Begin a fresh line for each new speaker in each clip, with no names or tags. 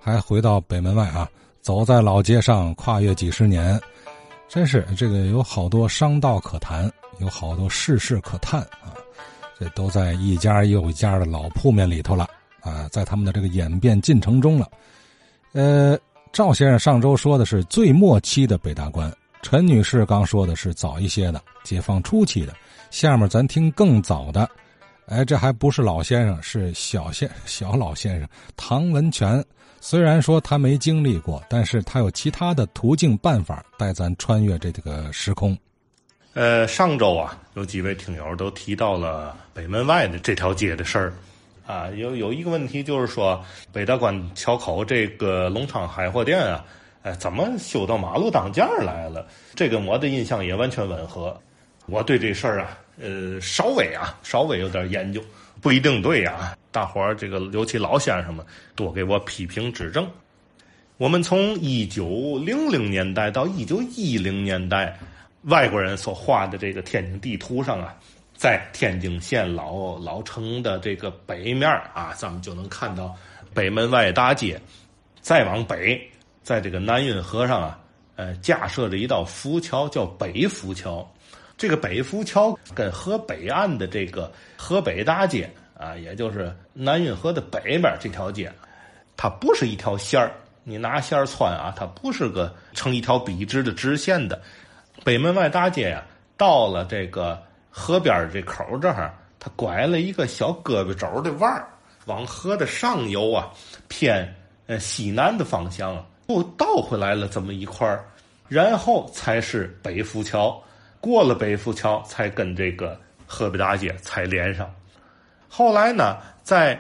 还回到北门外啊，走在老街上，跨越几十年，真是这个有好多商道可谈，有好多世事可探啊。这都在一家又一家的老铺面里头了啊，在他们的这个演变进程中了。赵先生上周说的是最末期的北大关，陈女士刚说的是早一些的解放初期的，下面咱听更早的。这还不是老先生，是小老先生唐文全。虽然说他没经历过，但是他有其他的途径办法带咱穿越这个时空。
上周啊，有几位听友都提到了北门外的这条街的事儿啊，有一个问题就是说，北大关桥口这个隆昌海货店啊，怎么修到马路当间来了？这跟我的印象也完全吻合。我对这事儿啊，稍微有点研究，不一定对啊。大伙儿这个尤其老先生们多给我批评指正。我们从1900年代到1910年代。外国人所画的这个天津地图上啊，在天津县老城的这个北面啊，咱们就能看到北门外大街。再往北，在这个南运河上啊，架设着一道浮桥，叫北浮桥。这个北浮桥跟河北岸的这个河北大街啊，也就是南运河的北面这条街，它不是一条线儿，你拿线穿啊，它不是个成一条笔直的直线的。北门外大街呀，到了这个河边这口这儿，它拐了一个小胳膊肘的弯儿，往河的上游啊，偏西南的方向又倒回来了这么一块儿，然后才是北浮桥。过了北浮桥，才跟这个河北大街才连上。后来呢，在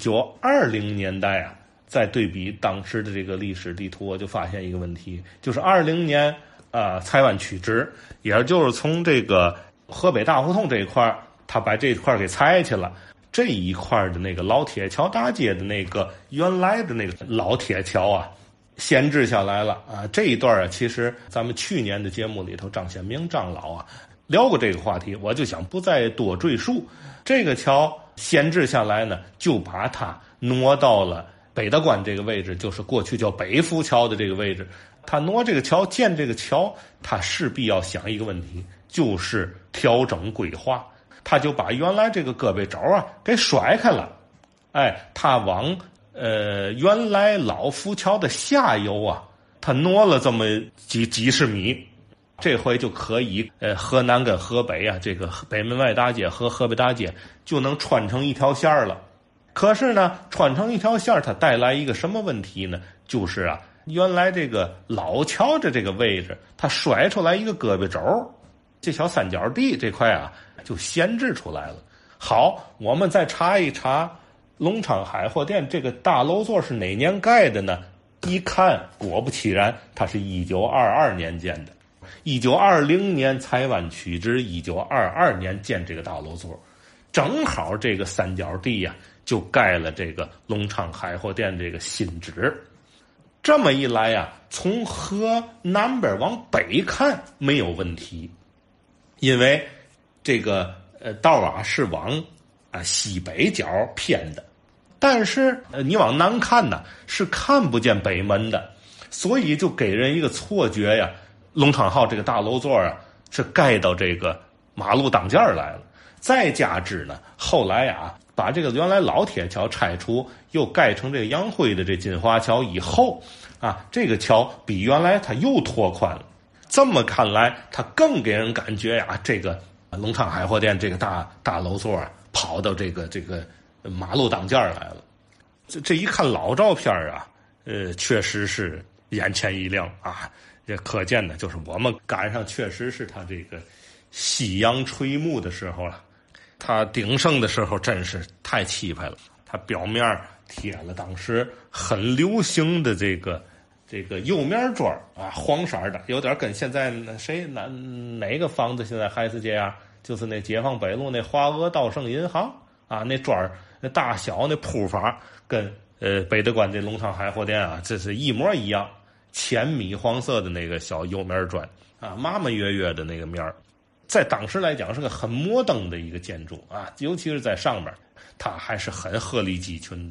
1920年代啊，再对比当时的这个历史地图，我就发现一个问题，就是20年。蔡湾曲直，也就是从这个河北大胡同这一块，他把这一块给拆去了。这一块的那个老铁桥大街的那个原来的那个老铁桥啊，闲置下来了啊。这一段啊，其实咱们去年的节目里头，张显明张老啊聊过这个话题，我就想不再多赘述。这个桥闲置下来呢，就把它挪到了北大关这个位置，就是过去叫北浮桥的这个位置。他挪这个桥建这个桥，他势必要想一个问题，就是调整规划。他就把原来这个胳膊肘啊给甩开了，他往原来老浮桥的下游啊，他挪了这么几十米，这回就可以河南跟河北啊，这个北门外大街和河北大街就能穿成一条线了。可是呢，穿成一条线它带来一个什么问题呢？就是啊，原来这个老桥的这个位置，它甩出来一个胳膊肘，这小三角地这块啊就闲置出来了。好，我们再查一查隆昌海货店这个大楼座是哪年盖的呢？一看，果不其然，它是1922年建的。1920年蔡湾曲直，1922年建这个大楼座，正好这个三角地呀，就盖了这个隆昌海货店这个新址。这么一来呀，从河南边往北看没有问题，因为这个道啊是往西北角偏的，但是你往南看呢是看不见北门的，所以就给人一个错觉呀，隆昌号这个大楼座啊是盖到这个马路当间来了。再加之呢，后来啊把这个原来老铁桥拆除，又盖成这个杨辉的这金华桥以后啊，这个桥比原来它又拓宽了。这么看来，它更给人感觉呀，这个隆昌海货店这个大楼座啊，跑到这个马路当间来了。这一看老照片啊，确实是眼前一亮啊。这可见呢，就是我们赶上确实是它这个夕阳垂暮的时候了。它鼎盛的时候真是太气派了，它表面贴了当时很流行的这个釉面砖啊，黄色的，有点跟现在哪个房子现在还是这样，就是那解放北路那华俄道盛银行啊，那砖那大小那铺法跟北大关这隆昌海货店啊，这是一模一样，浅米黄色的那个小釉面砖啊，麻麻约约的那个面儿。在当时来讲是个很摩登的一个建筑啊，尤其是在上面，它还是很鹤立鸡群的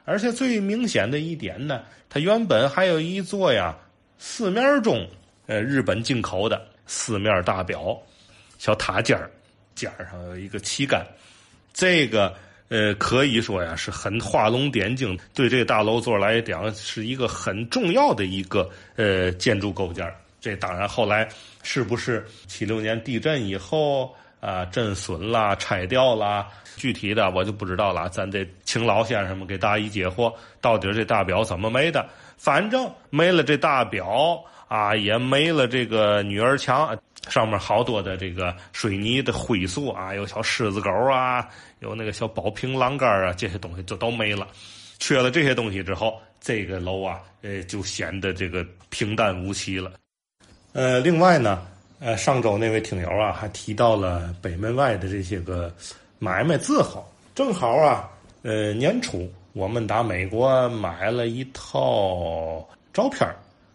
而且最明显的一点呢，它原本还有一座呀四面钟，日本进口的四面大表，小塔尖儿，尖上有一个旗杆，这个可以说呀是很画龙点睛，对这个大楼座来讲是一个很重要的一个建筑构件。这当然后来是不是76年地震以后震损啦、拆掉啦，具体的我就不知道了，咱得请老先生们给大家解惑，到底这大表怎么没的。反正没了这大表也没了这个女儿墙，上面好多的这个水泥的灰塑有小狮子狗有那个小宝瓶栏杆这些东西就都没了。缺了这些东西之后，这个楼就显得这个平淡无奇了。另外呢，上周那位听友还提到了北门外的这些个买卖字号，正好年初我们打美国买了一套照片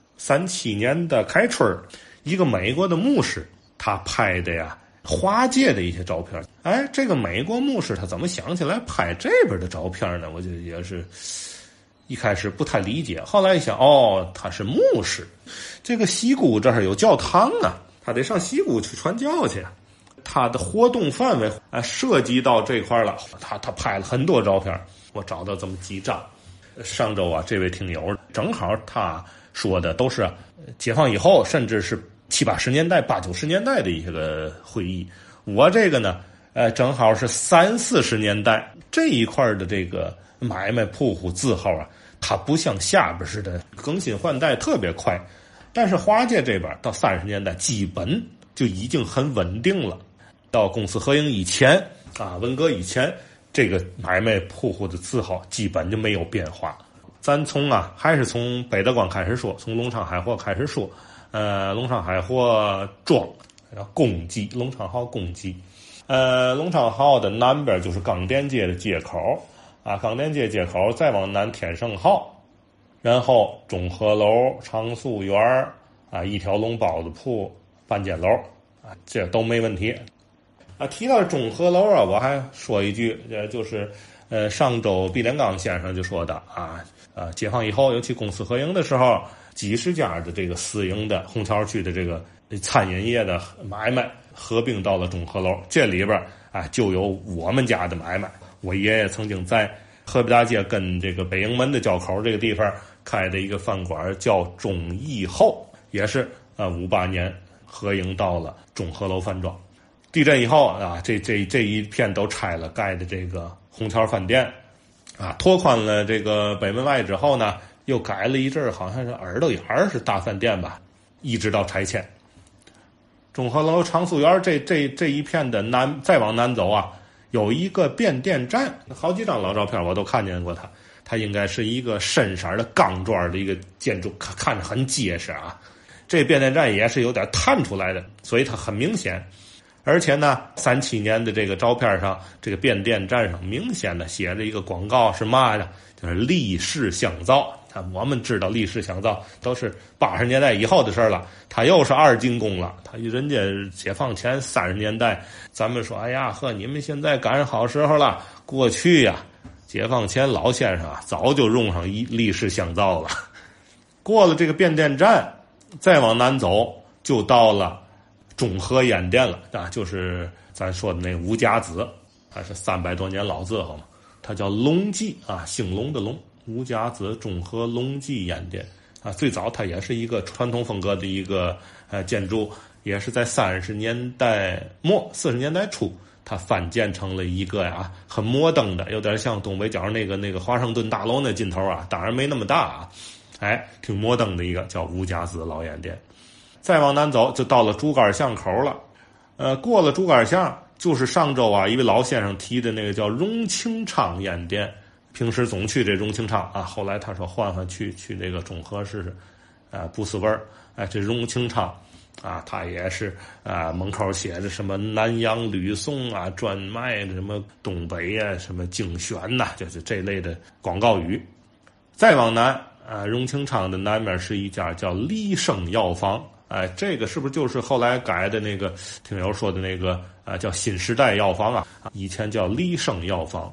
，37年的开春，一个美国的牧师他拍的呀花界的一些照片。这个美国牧师他怎么想起来拍这边的照片呢？我就也是一开始不太理解，后来一想，他是牧师，这个西谷这儿有教堂他得上西谷去传教去，他的活动范围涉及到这块了，他拍了很多照片，我找到这么几张。上周这位听友正好他说的都是解放以后，甚至是70、80年代、80、90年代的一些个会议，我这个呢正好是30、40年代这一块的这个买卖铺户字号它不像下边似的更新换代特别快，但是华界这边到30年代基本就已经很稳定了。到公私合营以前文革以前，这个买卖铺户的字号基本就没有变化。咱还是从北德观开始说，从龙昌海货开始说。龙昌海货庄公鸡，龙昌号公鸡。龙昌号的南边就是港店街的街口港店街街口再往南天盛号，然后中和楼、长素园一条龙包子铺、半间楼这都没问题。提到中和楼我还说一句，就是上周毕连刚先生就说的解放以后，尤其公私合营的时候，几十家的这个私营的虹桥区的这个餐饮业的买卖合并到了中和楼，这里边就有我们家的买卖。我爷爷曾经在河北大街跟这个北营门的交口这个地方开的一个饭馆叫忠义后，也是58年合营到了中和楼饭庄。地震以后这一片都拆了，盖的这个虹桥饭店拓宽了这个北门外之后呢，又改了一阵好像是耳朵眼是大饭店吧，一直到拆迁。中和楼、长素园这一片的再往南走有一个变电站，好几张老照片我都看见过它应该是一个深色的钢砖的一个建筑，看着很结实这变电站也是有点探出来的，所以它很明显。而且呢，37年的这个照片上，这个变电站上明显的写着一个广告是嘛的，就是立式香皂。我们知道立式香皂都是80年代以后的事了，它又是二进宫了。人家解放前30年代，咱们说你们现在赶上好时候了，过去解放前老先生早就用上立式香皂了。过了这个变电站，再往南走就到了中和烟店了就是咱说的那吴家子，它是300多年老字号嘛，它叫隆记兴隆的隆，吴家子中和隆记烟店最早它也是一个传统风格的一个建筑，也是在30年代末40年代初它翻建成了一个很摩登的，有点像东北角那个华盛顿大楼那劲头当然没那么大挺摩登的一个叫吴家子老烟店。再往南走就到了竹竿巷口了，过了竹竿巷就是上周一位老先生提的那个叫荣清昌烟店，平时总去这荣清昌后来他说换去那个中和试试不是味儿这荣清昌他也是门口写着什么南洋吕宋专卖什么东北什么精选就是这类的广告语。再往南荣清昌的南面是一家叫立生药房，这个是不是就是后来改的那个听友说的那个叫新时代药房以前叫立生药房。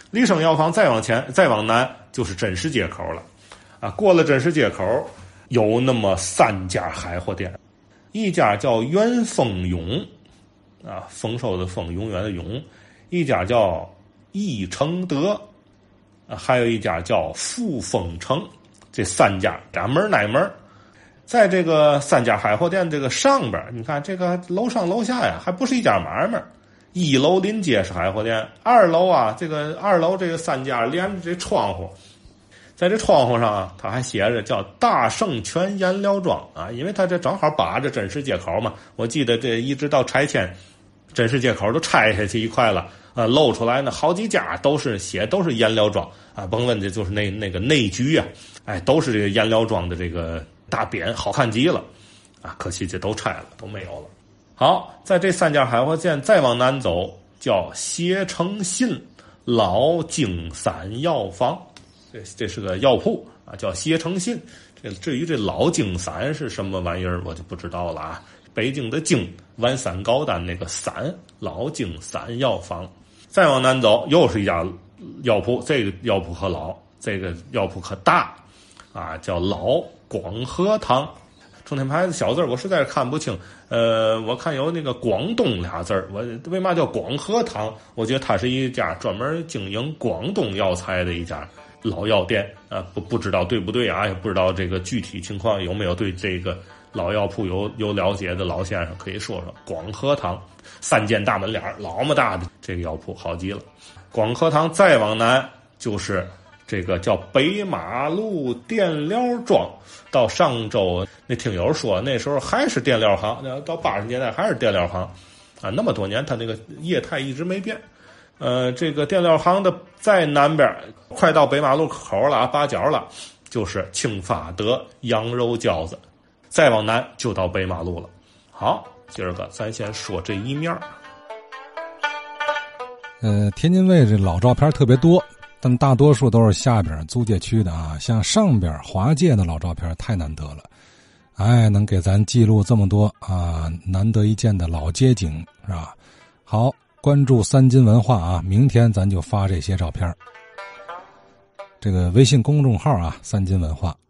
李生药房再往前再往南就是真实街口了啊。过了真实街口有那么3家海货店，一家叫元丰永啊，丰收的丰，永远的永；一家叫益承德啊，还有一家叫富丰城。这3家哪门哪门？在这个3家海货店这个上边，你看这个楼上楼下呀，还不是一家买卖。1楼临街是海货店，2楼啊，这个2楼这个3家连着这窗户，在这窗户上啊，它还写着叫大圣泉颜料庄啊，因为它这正好把着真实街口嘛。我记得这一直到拆迁，真实街口都拆下去一块了啊，露出来呢好几家都是颜料庄啊，甭问这就是那个内局啊，哎，都是这个颜料庄的这个大匾，好看极了啊，可惜这都拆了，都没有了。好，在这3家海货店再往南走，叫协诚信老京散药房，这是个药铺啊，叫协诚信。至于这老京散是什么玩意儿，我就不知道了啊。北京的京，完三高单那个散，老京散药房。再往南走，又是一家药铺，这个药铺可老，这个药铺可大啊，叫老广和堂。冲天牌的小字我实在是看不清，我看有那个广东俩字儿，我为嘛叫广和堂？我觉得它是一家专门经营广东药材的一家老药店啊，不知道对不对啊？也不知道这个具体情况，有没有对这个老药铺有了解的老先生可以说说。广和堂3间大门脸，老么大的这个药铺好极了。广和堂再往南就是这个叫北马路电料庄。到上周那听友说那时候还是电料行，到80年代还是电料行啊，那么多年他那个业态一直没变。这个电料行的在南边快到北马路口了啊，八角了，就是庆发德羊肉饺子。再往南就到北马路了。好，今儿个咱先说这一面。
天津卫这老照片特别多，但大多数都是下边租界区的啊，像上边华界的老照片太难得了，哎，能给咱记录这么多啊难得一见的老街景，是吧？好，关注三金文化啊，明天咱就发这些照片。这个微信公众号啊，三金文化。